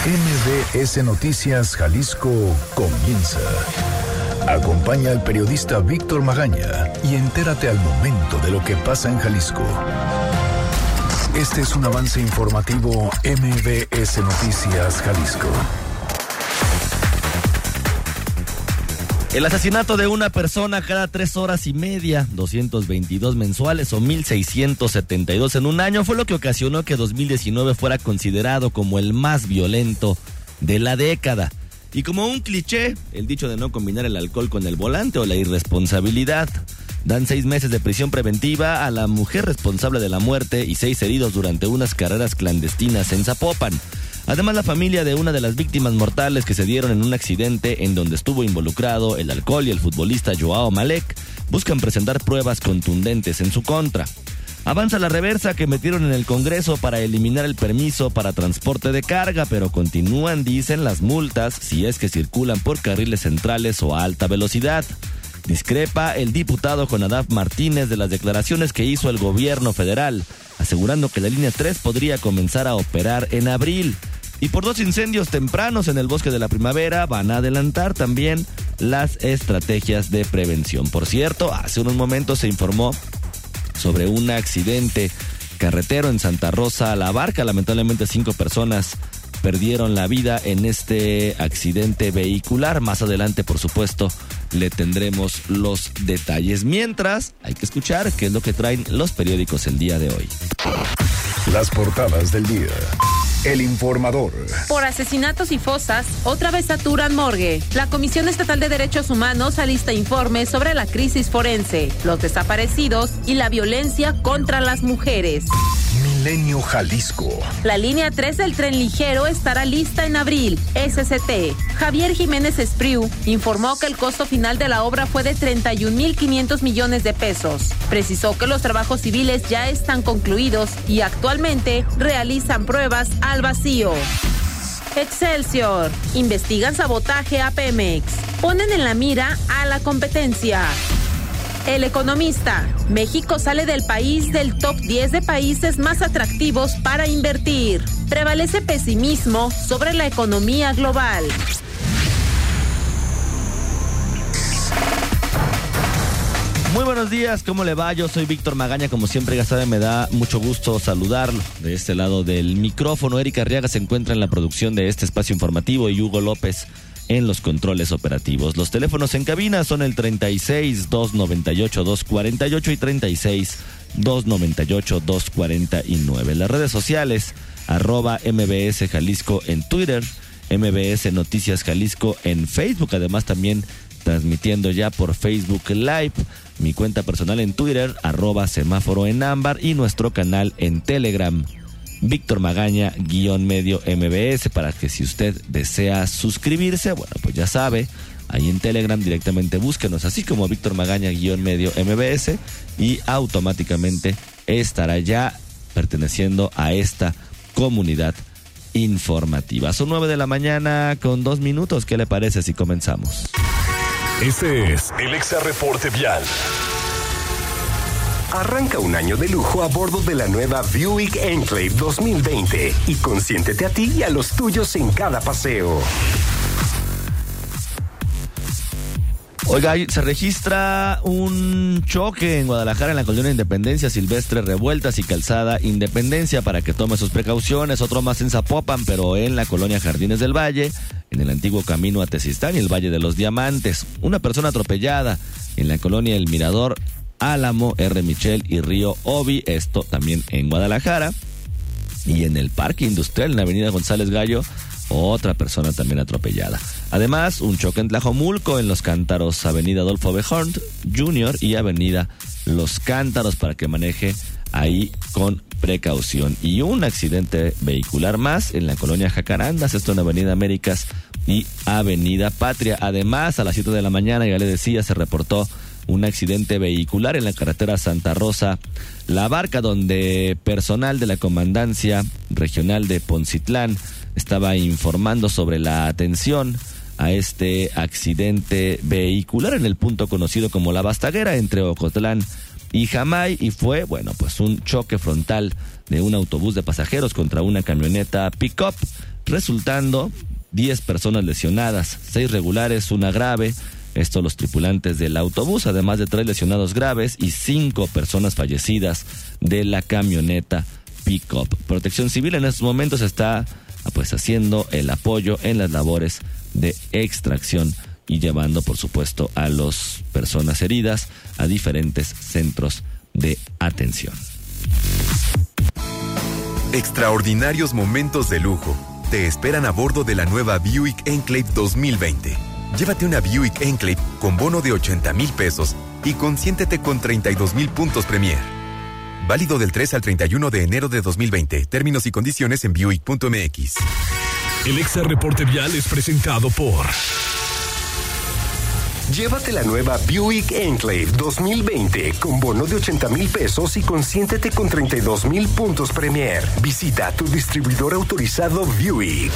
MBS Noticias Jalisco comienza. Acompaña al periodista Víctor Magaña y entérate al momento de lo que pasa en Jalisco. Este es un avance informativo MBS Noticias Jalisco. El asesinato de una persona cada 3 horas y media, 222 mensuales o 1,672 en un año, fue lo que ocasionó que 2019 fuera considerado como el más violento de la década. Y como un cliché, el dicho de no combinar el alcohol con el volante o la irresponsabilidad. Dan 6 meses de prisión preventiva a la mujer responsable de la muerte y 6 heridos durante unas carreras clandestinas en Zapopan. Además, la familia de una de las víctimas mortales que se dieron en un accidente en donde estuvo involucrado el alcohol y el futbolista Joao Malek buscan presentar pruebas contundentes en su contra. Avanza la reversa que metieron en el Congreso para eliminar el permiso para transporte de carga, pero continúan, dicen, las multas si es que circulan por carriles centrales o a alta velocidad. Discrepa el diputado Juan Adolfo Martínez de las declaraciones que hizo el gobierno federal, asegurando que la línea 3 podría comenzar a operar en abril. Y por 2 incendios tempranos en el Bosque de la Primavera van a adelantar también las estrategias de prevención. Por cierto, hace unos momentos se informó sobre un accidente carretero en Santa Rosa La Barca. Lamentablemente 5 personas perdieron la vida en este accidente vehicular. Más adelante, por supuesto, le tendremos los detalles. Mientras, hay que escuchar qué es lo que traen los periódicos el día de hoy. Las portadas del día. El Informador. Por asesinatos y fosas, otra vez saturan morgue. La Comisión Estatal de Derechos Humanos alista informes sobre la crisis forense, los desaparecidos y la violencia contra las mujeres. Milenio Jalisco. La línea 3 del tren ligero estará lista en abril. SCT. Javier Jiménez Espriu informó que el costo final de la obra fue de 31,500 millones de pesos. Precisó que los trabajos civiles ya están concluidos y actualmente realizan pruebas al vacío. Excelsior. Investigan sabotaje a Pemex. Ponen en la mira a la competencia. El Economista. México sale del país del top 10 de países más atractivos para invertir. Prevalece pesimismo sobre la economía global. Muy buenos días, ¿cómo le va? Yo soy Víctor Magaña, como siempre ya saben, me da mucho gusto saludarlo. De este lado del micrófono, Erika Arriaga se encuentra en la producción de este espacio informativo y Hugo López en los controles operativos. Los teléfonos en cabina son el 36-298-248 y 36-298-249. Las redes sociales, @MBS Jalisco en Twitter, MBS Noticias Jalisco en Facebook, además también transmitiendo ya por Facebook Live, mi cuenta personal en Twitter, @semáforo en ámbar, y nuestro canal en Telegram, Víctor Magaña _medio MBS, para que si usted desea suscribirse, bueno, pues ya sabe, ahí en Telegram directamente búsquenos así como Víctor Magaña _medio MBS y automáticamente estará ya perteneciendo a esta comunidad informativa. Son 9 de la mañana con 2 minutos. ¿Qué le parece si comenzamos? Este es el Exa Reporte Vial. Arranca un año de lujo a bordo de la nueva Buick Enclave 2020 y consiéntete a ti y a los tuyos en cada paseo. Oiga, se registra un choque en Guadalajara en la colonia Independencia, Silvestre, Revueltas y Calzada Independencia, para que tome sus precauciones. Otro más en Zapopan, pero en la colonia Jardines del Valle, en el antiguo camino a Tezistán y el Valle de los Diamantes. Una persona atropellada en la colonia El Mirador, Álamo, R. Michel y Río Obi, esto también en Guadalajara. Y en el Parque Industrial, en la avenida González Gallo, otra persona también atropellada. Además, un choque en Tlajomulco, en Los Cántaros, avenida Adolfo Bejorn Jr. y avenida Los Cántaros, para que maneje ahí con precaución. Y un accidente vehicular más en la colonia Jacarandas, esto en avenida Américas y avenida Patria. Además, a las 7 de la mañana, ya le decía, se reportó un accidente vehicular en la carretera Santa Rosa La Barca, donde personal de la Comandancia Regional de Poncitlán estaba informando sobre la atención a este accidente vehicular en el punto conocido como La Bastaguera, entre Ocotlán y Jamay, y fue, pues un choque frontal de un autobús de pasajeros contra una camioneta pick-up. resultando 10 personas lesionadas, 6 regulares, 1 grave. Esto los tripulantes del autobús, además de 3 lesionados graves y 5 personas fallecidas de la camioneta pick-up. Protección Civil en estos momentos está haciendo el apoyo en las labores de extracción y llevando, por supuesto, a las personas heridas a diferentes centros de atención. Extraordinarios momentos de lujo te esperan a bordo de la nueva Buick Enclave 2020. Llévate una Buick Enclave con bono de 80,000 pesos y consiéntete con 32,000 puntos Premier. Válido del 3 al 31 de enero de 2020. Términos y condiciones en Buick.mx. El Exa Reporte Vial es presentado por... Llévate la nueva Buick Enclave 2020 con bono de 80,000 pesos y consiéntete con 32,000 puntos Premier. Visita tu distribuidor autorizado Buick.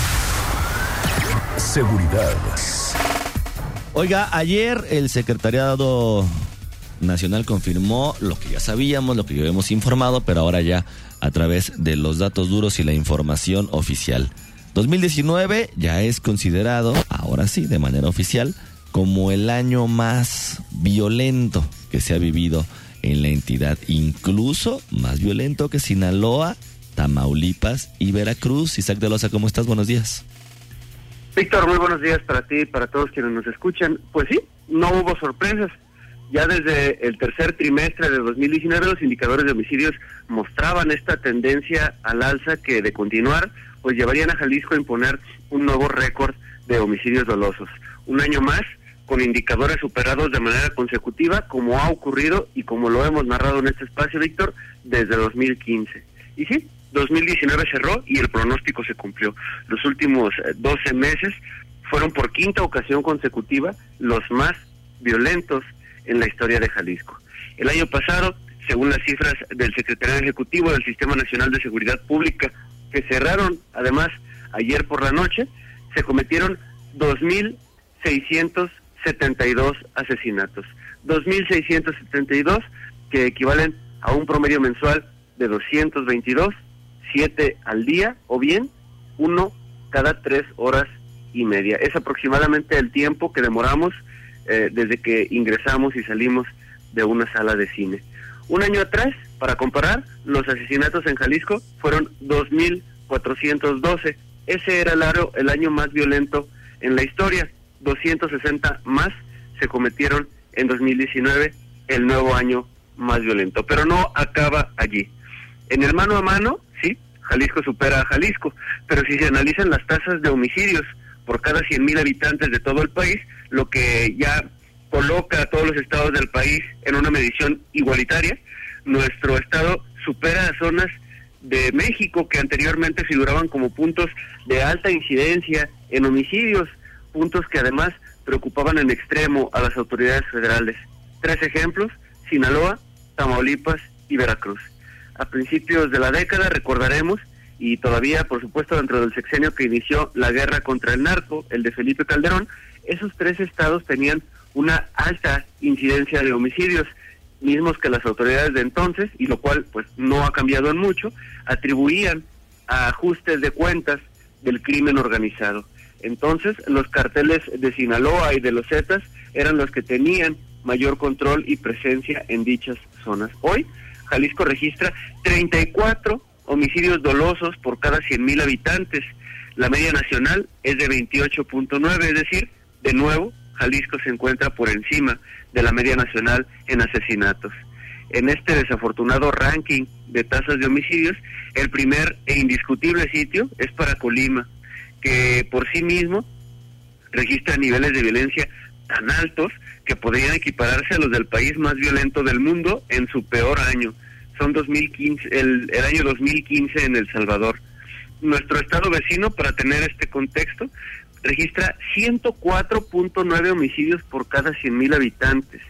Seguridad. Oiga, ayer el Secretariado Nacional confirmó lo que ya sabíamos, lo que ya habíamos informado, pero ahora ya a través de los datos duros y la información oficial. 2019 ya es considerado, ahora sí, de manera oficial, como el año más violento que se ha vivido en la entidad, incluso más violento que Sinaloa, Tamaulipas y Veracruz. Isaac de Loza, ¿cómo estás? Buenos días. Víctor, muy buenos días para ti y para todos quienes nos escuchan. Pues sí, no hubo sorpresas. Ya desde el tercer trimestre de 2019 los indicadores de homicidios mostraban esta tendencia al alza que, de continuar, pues llevarían a Jalisco a imponer un nuevo récord de homicidios dolosos. Un año más con indicadores superados de manera consecutiva, como ha ocurrido y como lo hemos narrado en este espacio, Víctor, desde 2015. Y sí, 2019 cerró y el pronóstico se cumplió. Los últimos 12 meses fueron por quinta ocasión consecutiva los más violentos en la historia de Jalisco. El año pasado, según las cifras del Secretariado Ejecutivo del Sistema Nacional de Seguridad Pública, que cerraron además ayer por la noche, se cometieron 2,672 asesinatos. 2,672 que equivalen a un promedio mensual de 222, 7 al día, o bien 1 cada 3 horas y media. Es aproximadamente el tiempo que demoramos desde que ingresamos y salimos de una sala de cine. Un año atrás, para comparar, los asesinatos en Jalisco fueron 2,412. Ese era el año más violento en la historia. 260 más se cometieron en 2019, el nuevo año más violento. Pero no acaba allí. En el mano a mano, sí, Jalisco supera a Jalisco, pero si se analizan las tasas de homicidios por cada 100,000 habitantes de todo el país, lo que ya coloca a todos los estados del país en una medición igualitaria, nuestro estado supera a zonas de México que anteriormente figuraban como puntos de alta incidencia en homicidios, puntos que además preocupaban en extremo a las autoridades federales. 3 ejemplos: Sinaloa, Tamaulipas y Veracruz. A principios de la década, recordaremos, y todavía, por supuesto, dentro del sexenio que inició la guerra contra el narco, el de Felipe Calderón, esos 3 estados tenían una alta incidencia de homicidios, mismos que las autoridades de entonces, y lo cual pues no ha cambiado en mucho, atribuían a ajustes de cuentas del crimen organizado. Entonces, los carteles de Sinaloa y de los Zetas eran los que tenían mayor control y presencia en dichas zonas. Hoy, Jalisco registra 34 homicidios dolosos por cada 100,000 habitantes. La media nacional es de 28.9, es decir, de nuevo, Jalisco se encuentra por encima de la media nacional en asesinatos. En este desafortunado ranking de tasas de homicidios, el primer e indiscutible sitio es para Colima, que por sí mismo registra niveles de violencia tan altos que podrían equipararse a los del país más violento del mundo en su peor año. Son 2015, el año 2015 en El Salvador. Nuestro estado vecino, para tener este contexto, registra 104.9 homicidios por cada 100,000 habitantes.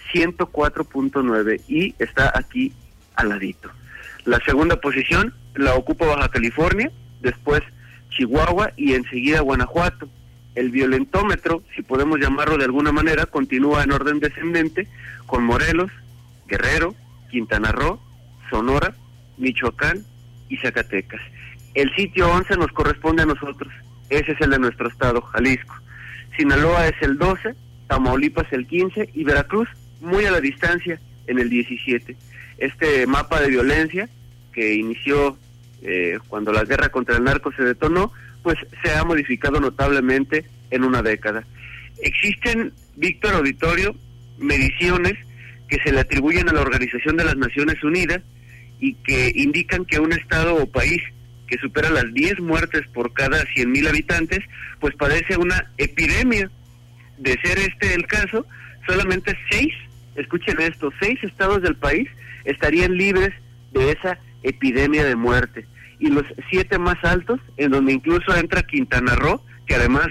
104.9, y está aquí al ladito. La segunda posición la ocupa Baja California, después Chihuahua y enseguida Guanajuato. El violentómetro, si podemos llamarlo de alguna manera, continúa en orden descendente con Morelos, Guerrero, Quintana Roo, Sonora, Michoacán y Zacatecas. El sitio 11 nos corresponde a nosotros, ese es el de nuestro estado, Jalisco. Sinaloa es el 12, Tamaulipas el 15 y Veracruz muy a la distancia en el 17. Este mapa de violencia que inició cuando la guerra contra el narco se detonó, pues se ha modificado notablemente en una década. Existen, Víctor Auditorio, mediciones que se le atribuyen a la Organización de las Naciones Unidas y que indican que un estado o país que supera las 10 muertes por cada 100,000 habitantes, pues padece una epidemia. De ser este el caso, solamente 6, escuchen esto, 6 estados del país estarían libres de esa epidemia de muerte. Y los 7 más altos, en donde incluso entra Quintana Roo, que además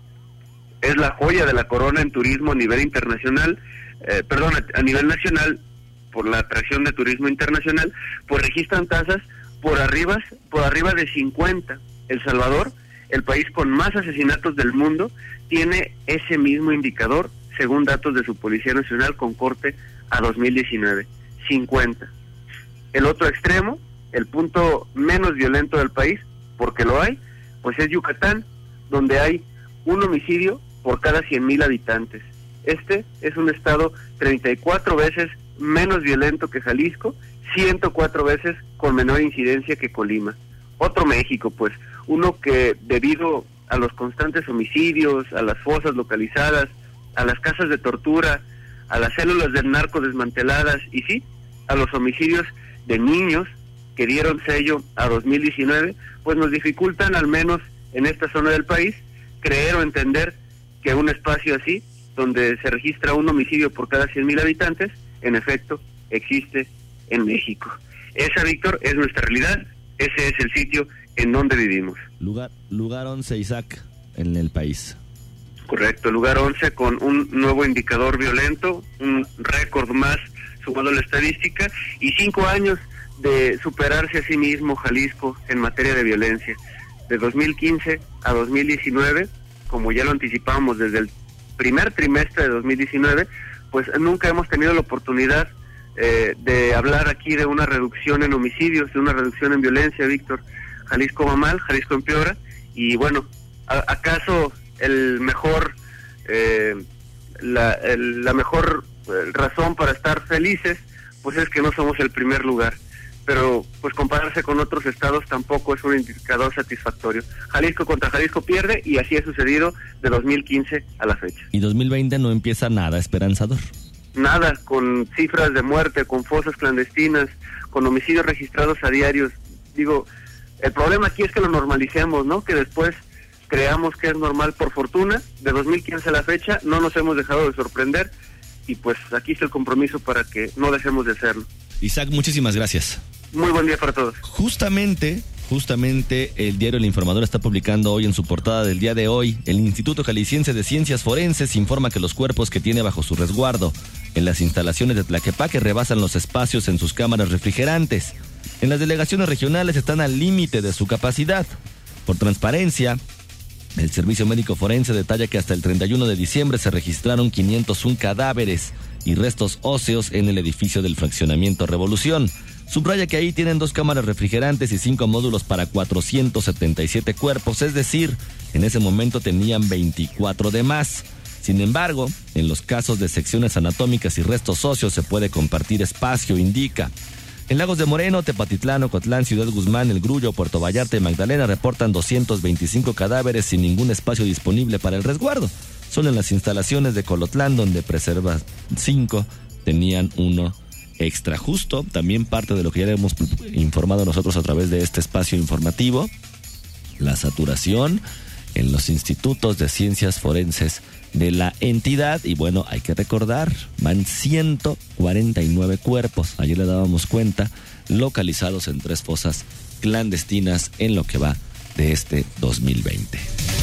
es la joya de la corona en turismo a nivel internacional, a nivel nacional, por la atracción de turismo internacional, pues registran tasas por arriba de 50. El Salvador, el país con más asesinatos del mundo, tiene ese mismo indicador, según datos de su Policía Nacional con corte a 2019, 50. El otro extremo, el punto menos violento del país, porque lo hay, pues es Yucatán, donde hay un homicidio por cada 100,000 habitantes. Este es un estado 34 veces menos violento que Jalisco, 104 veces con menor incidencia que Colima. Otro México, pues, uno que debido a los constantes homicidios, a las fosas localizadas, a las casas de tortura, a las células del narco desmanteladas y sí, a los homicidios de niños que dieron sello a 2019, pues nos dificultan, al menos en esta zona del país, creer o entender que un espacio así, donde se registra un homicidio por cada 100,000 habitantes, en efecto, existe en México. Esa, Víctor, es nuestra realidad, ese es el sitio en donde vivimos. Lugar 11, Isaac, en el país. Correcto, lugar 11 con un nuevo indicador violento, un récord más sumado a la estadística y 5 años de superarse a sí mismo Jalisco en materia de violencia. De 2015 a 2019, como ya lo anticipamos desde el primer trimestre de 2019, pues nunca hemos tenido la oportunidad de hablar aquí de una reducción en homicidios, de una reducción en violencia, Víctor. Jalisco va mal, Jalisco empeora, y bueno, ¿acaso el mejor, la mejor razón para estar felices, pues es que no somos el primer lugar? Pero pues compararse con otros estados tampoco es un indicador satisfactorio. Jalisco contra Jalisco pierde y así ha sucedido de 2015 a la fecha. Y 2020 no empieza nada esperanzador. Nada, con cifras de muerte, con fosas clandestinas, con homicidios registrados a diarios. Digo, el problema aquí es que lo normalicemos, ¿no? Que después creamos que es normal. Por fortuna, de 2015 a la fecha no nos hemos dejado de sorprender y pues aquí está el compromiso para que no dejemos de hacerlo. Isaac, muchísimas gracias. Muy buen día para todos. Justamente el diario El Informador está publicando hoy en su portada del día de hoy: el Instituto Jalisciense de Ciencias Forenses informa que los cuerpos que tiene bajo su resguardo en las instalaciones de Tlaquepaque rebasan los espacios en sus cámaras refrigerantes. En las delegaciones regionales están al límite de su capacidad. Por transparencia, el Servicio Médico Forense detalla que hasta el 31 de diciembre se registraron 501 cadáveres y restos óseos en el edificio del fraccionamiento Revolución. Subraya que ahí tienen 2 cámaras refrigerantes y 5 módulos para 477 cuerpos, es decir, en ese momento tenían 24 de más. Sin embargo, en los casos de secciones anatómicas y restos óseos se puede compartir espacio, indica. En Lagos de Moreno, Tepatitlán, Ocotlán, Ciudad Guzmán, El Grullo, Puerto Vallarta y Magdalena reportan 225 cadáveres sin ningún espacio disponible para el resguardo. Solo en las instalaciones de Colotlán, donde preserva 5, tenían 1 extra. Justo, también parte de lo que ya hemos informado nosotros a través de este espacio informativo, la saturación en los institutos de ciencias forenses de la entidad. Y bueno, hay que recordar, van 149 cuerpos, ayer le dábamos cuenta, localizados en 3 fosas clandestinas en lo que va de este 2020.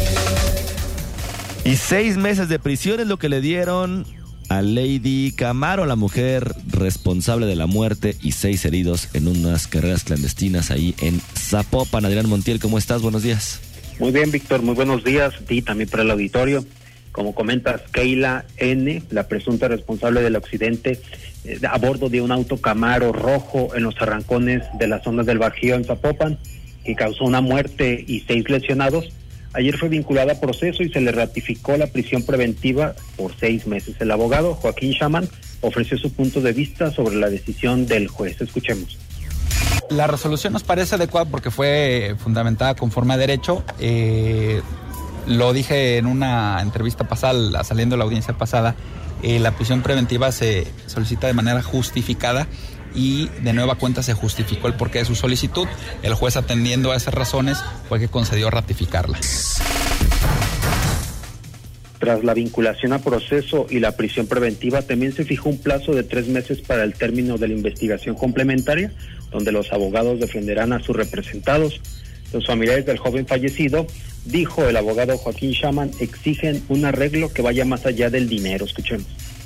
Y 6 meses de prisión es lo que le dieron a Lady Camaro, la mujer responsable de la muerte y 6 heridos en unas carreras clandestinas ahí en Zapopan. Adrián Montiel, ¿cómo estás? Buenos días. Muy bien, Víctor, muy buenos días a ti, también para el auditorio. Como comentas, Keila N., la presunta responsable del accidente a bordo de un auto Camaro rojo en los arrancones de la zona del Bajío en Zapopan, que causó una muerte y 6 lesionados, ayer fue vinculado a proceso y se le ratificó la prisión preventiva por 6 meses. El abogado Joaquín Shaman ofreció su punto de vista sobre la decisión del juez. Escuchemos. La resolución nos parece adecuada porque fue fundamentada conforme a derecho. Lo dije en una entrevista pasada, saliendo de la audiencia pasada, la prisión preventiva se solicita de manera justificada y de nueva cuenta se justificó el porqué de su solicitud. El juez, atendiendo a esas razones, fue que concedió ratificarla. Tras la vinculación a proceso y la prisión preventiva, también se fijó un plazo de 3 meses para el término de la investigación complementaria, donde los abogados defenderán a sus representados. Los familiares del joven fallecido, dijo el abogado Joaquín Shaman, exigen un arreglo que vaya más allá del dinero. Escuchemos.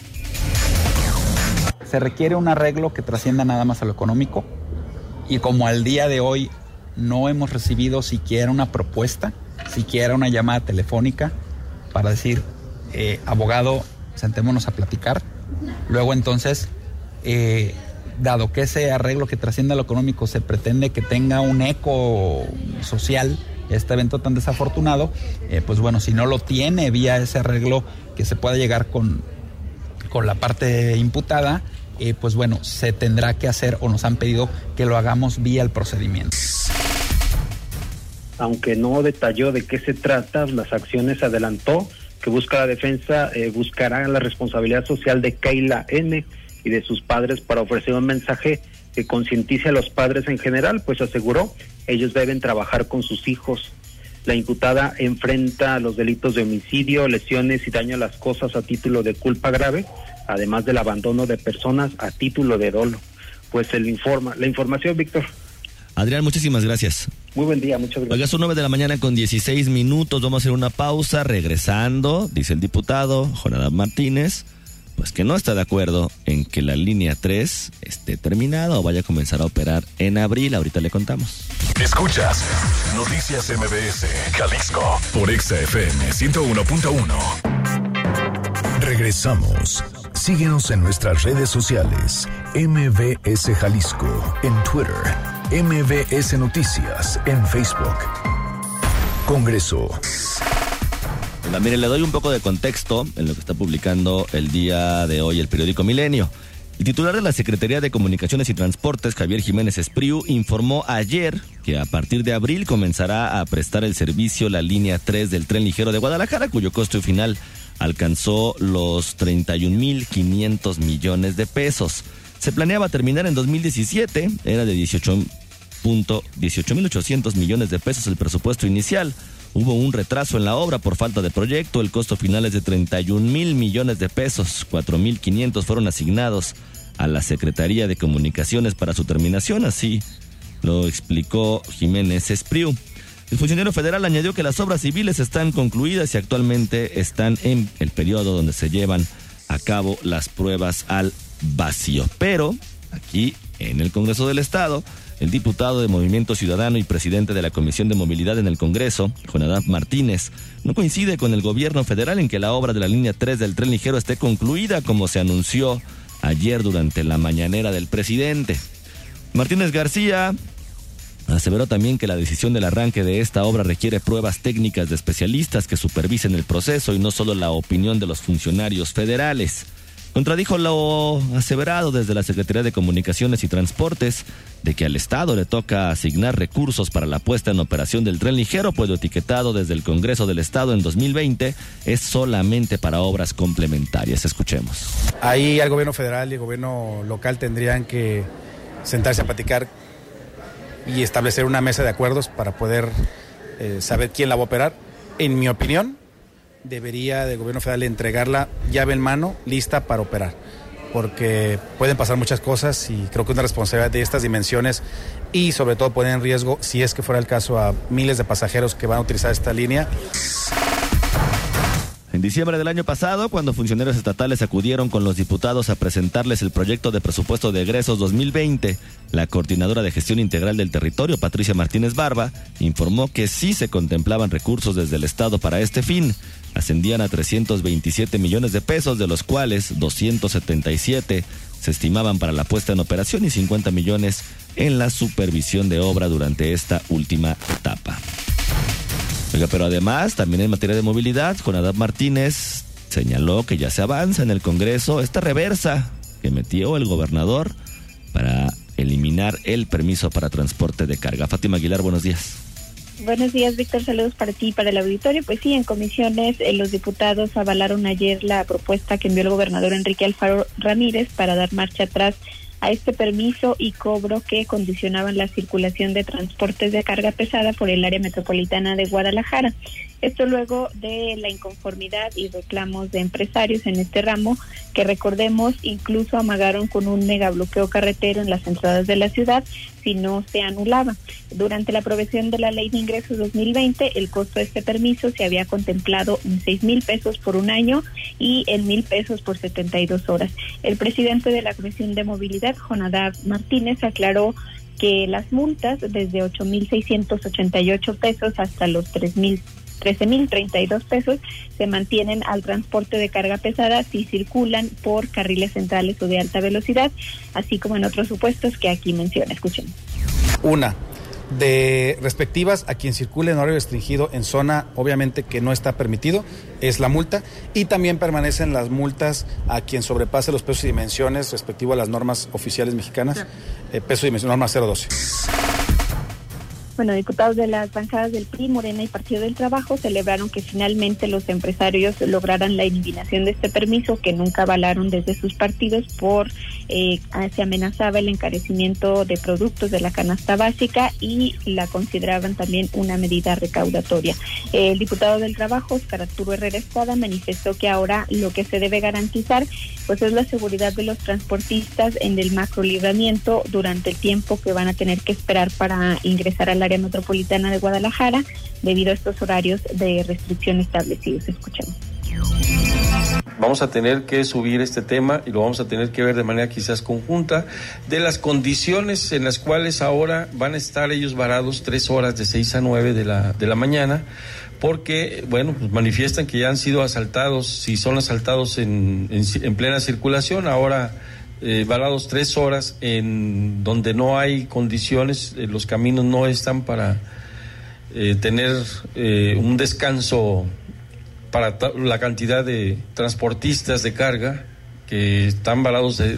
Se requiere un arreglo que trascienda nada más a lo económico, y como al día de hoy no hemos recibido siquiera una propuesta, siquiera una llamada telefónica para decir, abogado, sentémonos a platicar. Luego entonces, dado que ese arreglo que trascienda lo económico se pretende que tenga un eco social, este evento tan desafortunado, pues bueno, si no lo tiene vía ese arreglo que se pueda llegar con la parte imputada, pues bueno, se tendrá que hacer, o nos han pedido que lo hagamos vía el procedimiento. Aunque no detalló de qué se trata, las acciones adelantó que busca la defensa, buscará la responsabilidad social de Keila N. y de sus padres para ofrecer un mensaje que concientice a los padres en general, pues aseguró, ellos deben trabajar con sus hijos. La imputada enfrenta los delitos de homicidio, lesiones y daño a las cosas a título de culpa grave, además del abandono de personas a título de dolo. Pues la información, Víctor. Adrián, muchísimas gracias. Muy buen día, muchas gracias. Oiga, son 9:16 a.m. Vamos a hacer una pausa. Regresando, dice el diputado Jonadab Martínez, pues que no está de acuerdo en que la línea 3 esté terminada o vaya a comenzar a operar en abril. Ahorita le contamos. Escuchas Noticias MBS Jalisco por Exa FM 101.1. Regresamos. Síguenos en nuestras redes sociales. MBS Jalisco en Twitter. MBS Noticias en Facebook. Congreso. Mire, le doy un poco de contexto en lo que está publicando el día de hoy el periódico Milenio. El titular de la Secretaría de Comunicaciones y Transportes, Javier Jiménez Espriu, informó ayer que a partir de abril comenzará a prestar el servicio la línea 3 del tren ligero de Guadalajara, cuyo costo final alcanzó los 31,500 millones de pesos. Se planeaba terminar en 2017, era de 18,800 millones de pesos el presupuesto inicial. Hubo un retraso en la obra por falta de proyecto. El costo final es de 31,000 millones de pesos. 4,500 fueron asignados a la Secretaría de Comunicaciones para su terminación, así lo explicó Jiménez Espriu. El funcionario federal añadió que las obras civiles están concluidas y actualmente están en el periodo donde se llevan a cabo las pruebas al vacío. Pero aquí en el Congreso del Estado, el diputado de Movimiento Ciudadano y presidente de la Comisión de Movilidad en el Congreso, Jonadab Martínez, no coincide con el gobierno federal en que la obra de la línea 3 del tren ligero esté concluida, como se anunció ayer durante la mañanera del presidente. Martínez García aseveró también que la decisión del arranque de esta obra requiere pruebas técnicas de especialistas que supervisen el proceso y no solo la opinión de los funcionarios federales. Contradijo lo aseverado desde la Secretaría de Comunicaciones y Transportes de que al Estado le toca asignar recursos para la puesta en operación del tren ligero, pues lo etiquetado desde el Congreso del Estado en 2020 es solamente para obras complementarias. Escuchemos. Ahí el gobierno federal y el gobierno local tendrían que sentarse a platicar y establecer una mesa de acuerdos para poder saber quién la va a operar. En mi opinión, debería del gobierno federal entregarla llave en mano, lista para operar, porque pueden pasar muchas cosas y creo que una responsabilidad de estas dimensiones y sobre todo poner en riesgo, si es que fuera el caso, a miles de pasajeros que van a utilizar esta línea. En diciembre del año pasado, cuando funcionarios estatales acudieron con los diputados a presentarles el proyecto de presupuesto de egresos 2020, la coordinadora de gestión integral del territorio, Patricia Martínez Barba, informó que sí se contemplaban recursos desde el Estado para este fin. Ascendían a 327 millones de pesos, de los cuales 277 se estimaban para la puesta en operación y 50 millones en la supervisión de obra durante esta última etapa. Oiga, pero además, también en materia de movilidad, Jonadab Martínez señaló que ya se avanza en el Congreso esta reversa que metió el gobernador para eliminar el permiso para transporte de carga. Fátima Aguilar, buenos días. Buenos días, Víctor. Saludos para ti y para el auditorio. Pues sí, en comisiones los diputados avalaron ayer la propuesta que envió el gobernador Enrique Alfaro Ramírez para dar marcha atrás a este permiso y cobro que condicionaban la circulación de transportes de carga pesada por el área metropolitana de Guadalajara. Esto luego de la inconformidad y reclamos de empresarios en este ramo, que recordemos incluso amagaron con un megabloqueo carretero en las entradas de la ciudad si no se anulaba. Durante la aprobación de la Ley de Ingresos 2020, el costo de este permiso se había contemplado en 6,000 pesos por un año y en 1,000 pesos por 72 horas. El presidente de la Comisión de Movilidad, Jonadab Martínez, aclaró que las multas desde 8,688 pesos hasta los 13,032 pesos se mantienen al transporte de carga pesada si circulan por carriles centrales o de alta velocidad, así como en otros supuestos que aquí menciona. Escuchen. Una, de respectivas a quien circule en horario restringido en zona obviamente que no está permitido, es la multa, y también permanecen las multas a quien sobrepase los pesos y dimensiones respectivo a las normas oficiales mexicanas, peso y dimensión, norma 012. Bueno, diputados de las bancadas del PRI, Morena y Partido del Trabajo celebraron que finalmente los empresarios lograran la eliminación de este permiso que nunca avalaron desde sus partidos se amenazaba el encarecimiento de productos de la canasta básica y la consideraban también una medida recaudatoria. El diputado del Trabajo, Óscar Arturo Herrera Estrada, manifestó que ahora lo que se debe garantizar pues es la seguridad de los transportistas en el macrolibramiento durante el tiempo que van a tener que esperar para ingresar al área metropolitana de Guadalajara debido a estos horarios de restricción establecidos. Escuchemos. Vamos a tener que subir este tema y lo vamos a tener que ver de manera quizás conjunta de las condiciones en las cuales ahora van a estar ellos varados 3 horas de 6 a 9 de la mañana, porque, bueno, pues manifiestan que ya han sido asaltados, si son asaltados en plena circulación, ahora varados 3 horas en donde no hay condiciones, los caminos no están para tener un descanso para la cantidad de transportistas de carga que están varados de...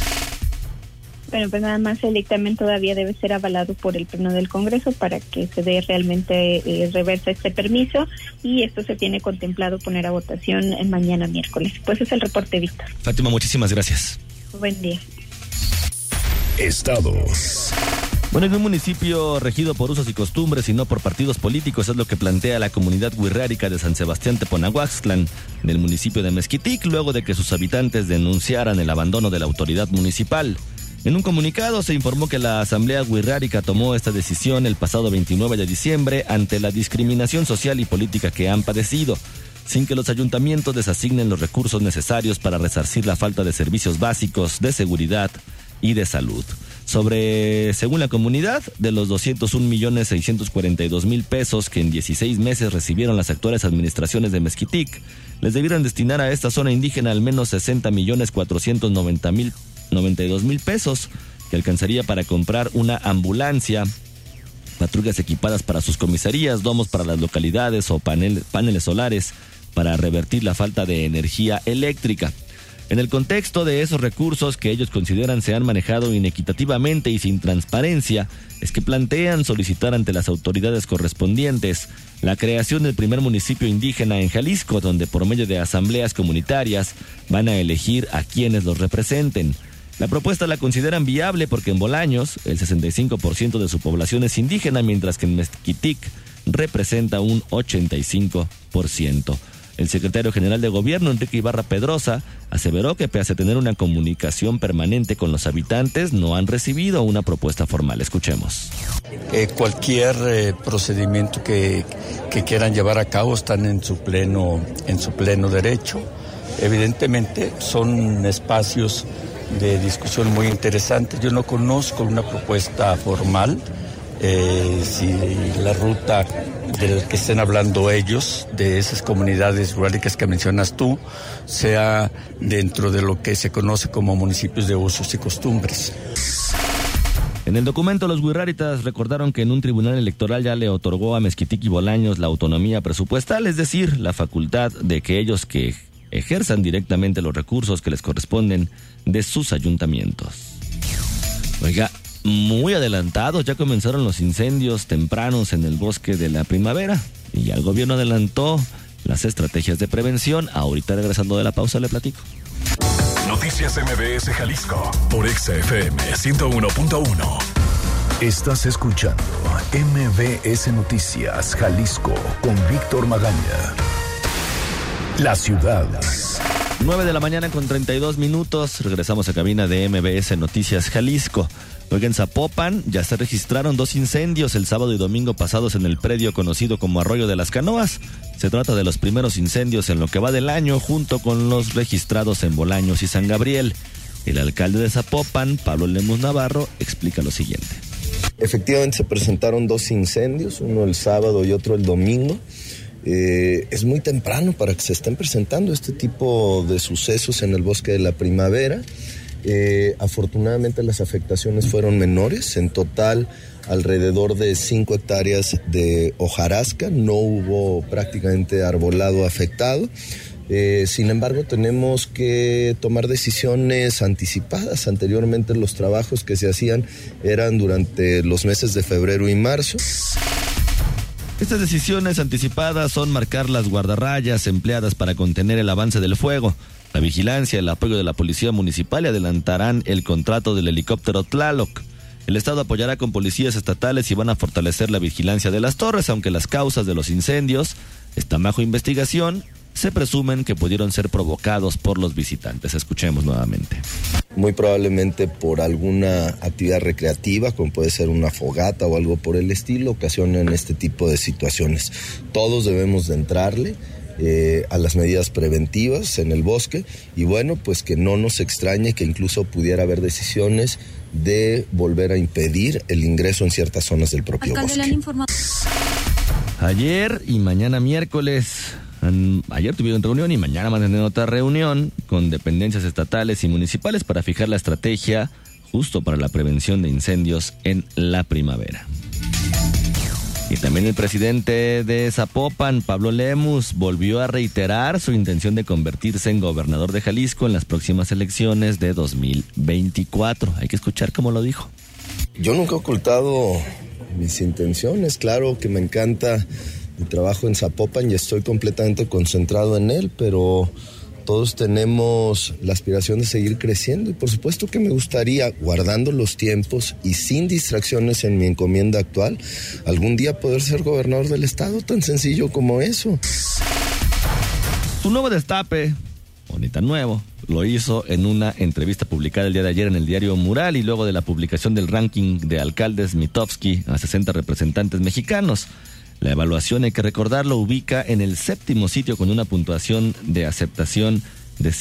Bueno, pues nada más el dictamen todavía debe ser avalado por el Pleno del Congreso para que se dé realmente reversa este permiso, y esto se tiene contemplado poner a votación mañana miércoles. Pues es el reporte, Víctor. Fátima, muchísimas gracias. Buen día. Estados. Bueno, en un municipio regido por usos y costumbres y no por partidos políticos es lo que plantea la comunidad wixárika de San Sebastián Teponahuaxtlán, del municipio de Mezquitic, luego de que sus habitantes denunciaran el abandono de la autoridad municipal. En un comunicado se informó que la Asamblea Wixárika tomó esta decisión el pasado 29 de diciembre ante la discriminación social y política que han padecido, sin que los ayuntamientos les asignen los recursos necesarios para resarcir la falta de servicios básicos, de seguridad y de salud. Según la comunidad, de los 201,642,000 pesos que en 16 meses recibieron las actuales administraciones de Mezquitic, les debieran destinar a esta zona indígena al menos 60,492,000 pesos, que alcanzaría para comprar una ambulancia, patrullas equipadas para sus comisarías, domos para las localidades o paneles solares para revertir la falta de energía eléctrica. En el contexto de esos recursos que ellos consideran se han manejado inequitativamente y sin transparencia, es que plantean solicitar ante las autoridades correspondientes la creación del primer municipio indígena en Jalisco, donde por medio de asambleas comunitarias van a elegir a quienes los representen. La propuesta la consideran viable porque en Bolaños el 65% de su población es indígena, mientras que en Mezquitic representa un 85%. El secretario general de Gobierno, Enrique Ibarra Pedrosa, aseveró que pese a tener una comunicación permanente con los habitantes, no han recibido una propuesta formal. Escuchemos. Cualquier procedimiento que quieran llevar a cabo están en su pleno derecho. Evidentemente son espacios de discusión muy interesantes. Yo no conozco una propuesta formal. Si la ruta del que estén hablando ellos, de esas comunidades rurales que mencionas tú, sea dentro de lo que se conoce como municipios de usos y costumbres. En el documento, los huirráritas recordaron que en un tribunal electoral ya le otorgó a Mezquitic y Bolaños la autonomía presupuestal, es decir, la facultad de que ellos que ejerzan directamente los recursos que les corresponden de sus ayuntamientos. Oiga, muy adelantados, ya comenzaron los incendios tempranos en el Bosque de la Primavera y ya el gobierno adelantó las estrategias de prevención. Ahorita, regresando de la pausa, le platico. Noticias MBS Jalisco por XFM 101.1. Estás escuchando MBS Noticias Jalisco con Víctor Magaña. La ciudad. 9 de la mañana con 32 minutos. Regresamos a cabina de MBS Noticias Jalisco. Oiga, en Zapopan ya se registraron 2 incendios el sábado y domingo pasados en el predio conocido como Arroyo de las Canoas. Se trata de los primeros incendios en lo que va del año, junto con los registrados en Bolaños y San Gabriel. El alcalde de Zapopan, Pablo Lemus Navarro, explica lo siguiente. Efectivamente se presentaron 2 incendios, uno el sábado y otro el domingo. Es muy temprano para que se estén presentando este tipo de sucesos en el Bosque de la Primavera. Afortunadamente las afectaciones fueron menores. En total, alrededor de 5 hectáreas de hojarasca. No hubo prácticamente arbolado afectado. Sin embargo, tenemos que tomar decisiones anticipadas. Anteriormente, los trabajos que se hacían eran durante los meses de febrero y marzo. Estas decisiones anticipadas son marcar las guardarrayas empleadas para contener el avance del fuego, la vigilancia, el apoyo de la policía municipal y adelantarán el contrato del helicóptero Tlaloc. El Estado apoyará con policías estatales y van a fortalecer la vigilancia de las torres, aunque las causas de los incendios están bajo investigación. Se presumen que pudieron ser provocados por los visitantes. Escuchemos nuevamente. Muy probablemente por alguna actividad recreativa, como puede ser una fogata o algo por el estilo, ocasionan este tipo de situaciones. Todos debemos de entrarle a las medidas preventivas en el bosque y bueno, pues que no nos extrañe que incluso pudiera haber decisiones de volver a impedir el ingreso en ciertas zonas del propio bosque. Ayer y mañana miércoles... Ayer tuvieron reunión y mañana van a tener otra reunión con dependencias estatales y municipales para fijar la estrategia justo para la prevención de incendios en la primavera. Y también el presidente de Zapopan, Pablo Lemus, volvió a reiterar su intención de convertirse en gobernador de Jalisco en las próximas elecciones de 2024. Hay que escuchar cómo lo dijo. Yo nunca he ocultado mis intenciones, claro que me encanta mi trabajo en Zapopan y estoy completamente concentrado en él, pero todos tenemos la aspiración de seguir creciendo y por supuesto que me gustaría, guardando los tiempos y sin distracciones en mi encomienda actual, algún día poder ser gobernador del estado, tan sencillo como eso. Su nuevo destape, bonita nuevo, lo hizo en una entrevista publicada el día de ayer en el diario Mural y luego de la publicación del ranking de alcaldes Mitofsky a 60 representantes mexicanos. La evaluación, hay que recordarlo, ubica en el 7º sitio con una puntuación de aceptación de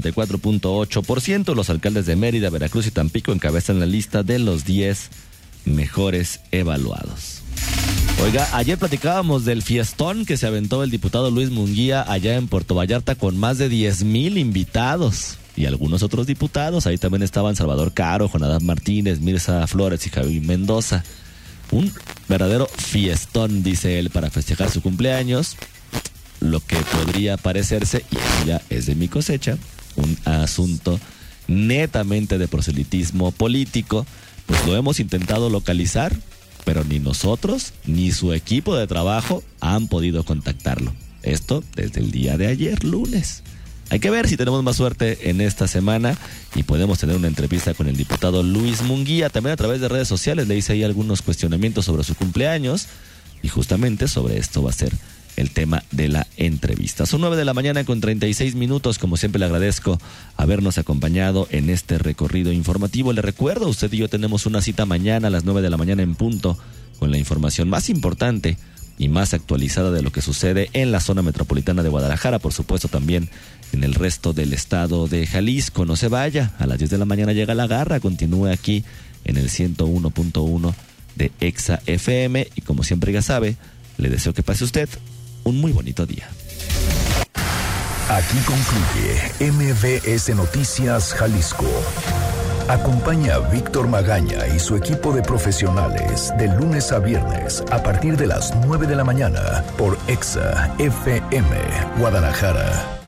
54.8%. Los alcaldes de Mérida, Veracruz y Tampico encabezan la lista de los 10 mejores evaluados. Oiga, ayer platicábamos del fiestón que se aventó el diputado Luis Munguía allá en Puerto Vallarta con más de 10,000 invitados y algunos otros diputados. Ahí también estaban Salvador Caro, Juan Adán Martínez, Mirza Flores y Javier Mendoza. Un verdadero fiestón, dice él, para festejar su cumpleaños. Lo que podría parecerse, y eso ya es de mi cosecha, un asunto netamente de proselitismo político, pues lo hemos intentado localizar, pero ni nosotros ni su equipo de trabajo han podido contactarlo. Esto desde el día de ayer, lunes. Hay que ver si tenemos más suerte en esta semana y podemos tener una entrevista con el diputado Luis Munguía. También a través de redes sociales le hice ahí algunos cuestionamientos sobre su cumpleaños y justamente sobre esto va a ser el tema de la entrevista. Son 9 de la mañana con 36 minutos. Como siempre le agradezco habernos acompañado en este recorrido informativo. Le recuerdo, usted y yo tenemos una cita mañana a las 9 de la mañana en punto con la información más importante y más actualizada de lo que sucede en la zona metropolitana de Guadalajara, por supuesto también en el resto del estado de Jalisco. No se vaya, a las 10 de la mañana llega La Garra, continúe aquí en el 101.1 de Exa FM y como siempre ya sabe, le deseo que pase usted un muy bonito día. Aquí concluye MBS Noticias Jalisco. Acompaña a Víctor Magaña y su equipo de profesionales de lunes a viernes a partir de las 9 de la mañana por Exa FM Guadalajara.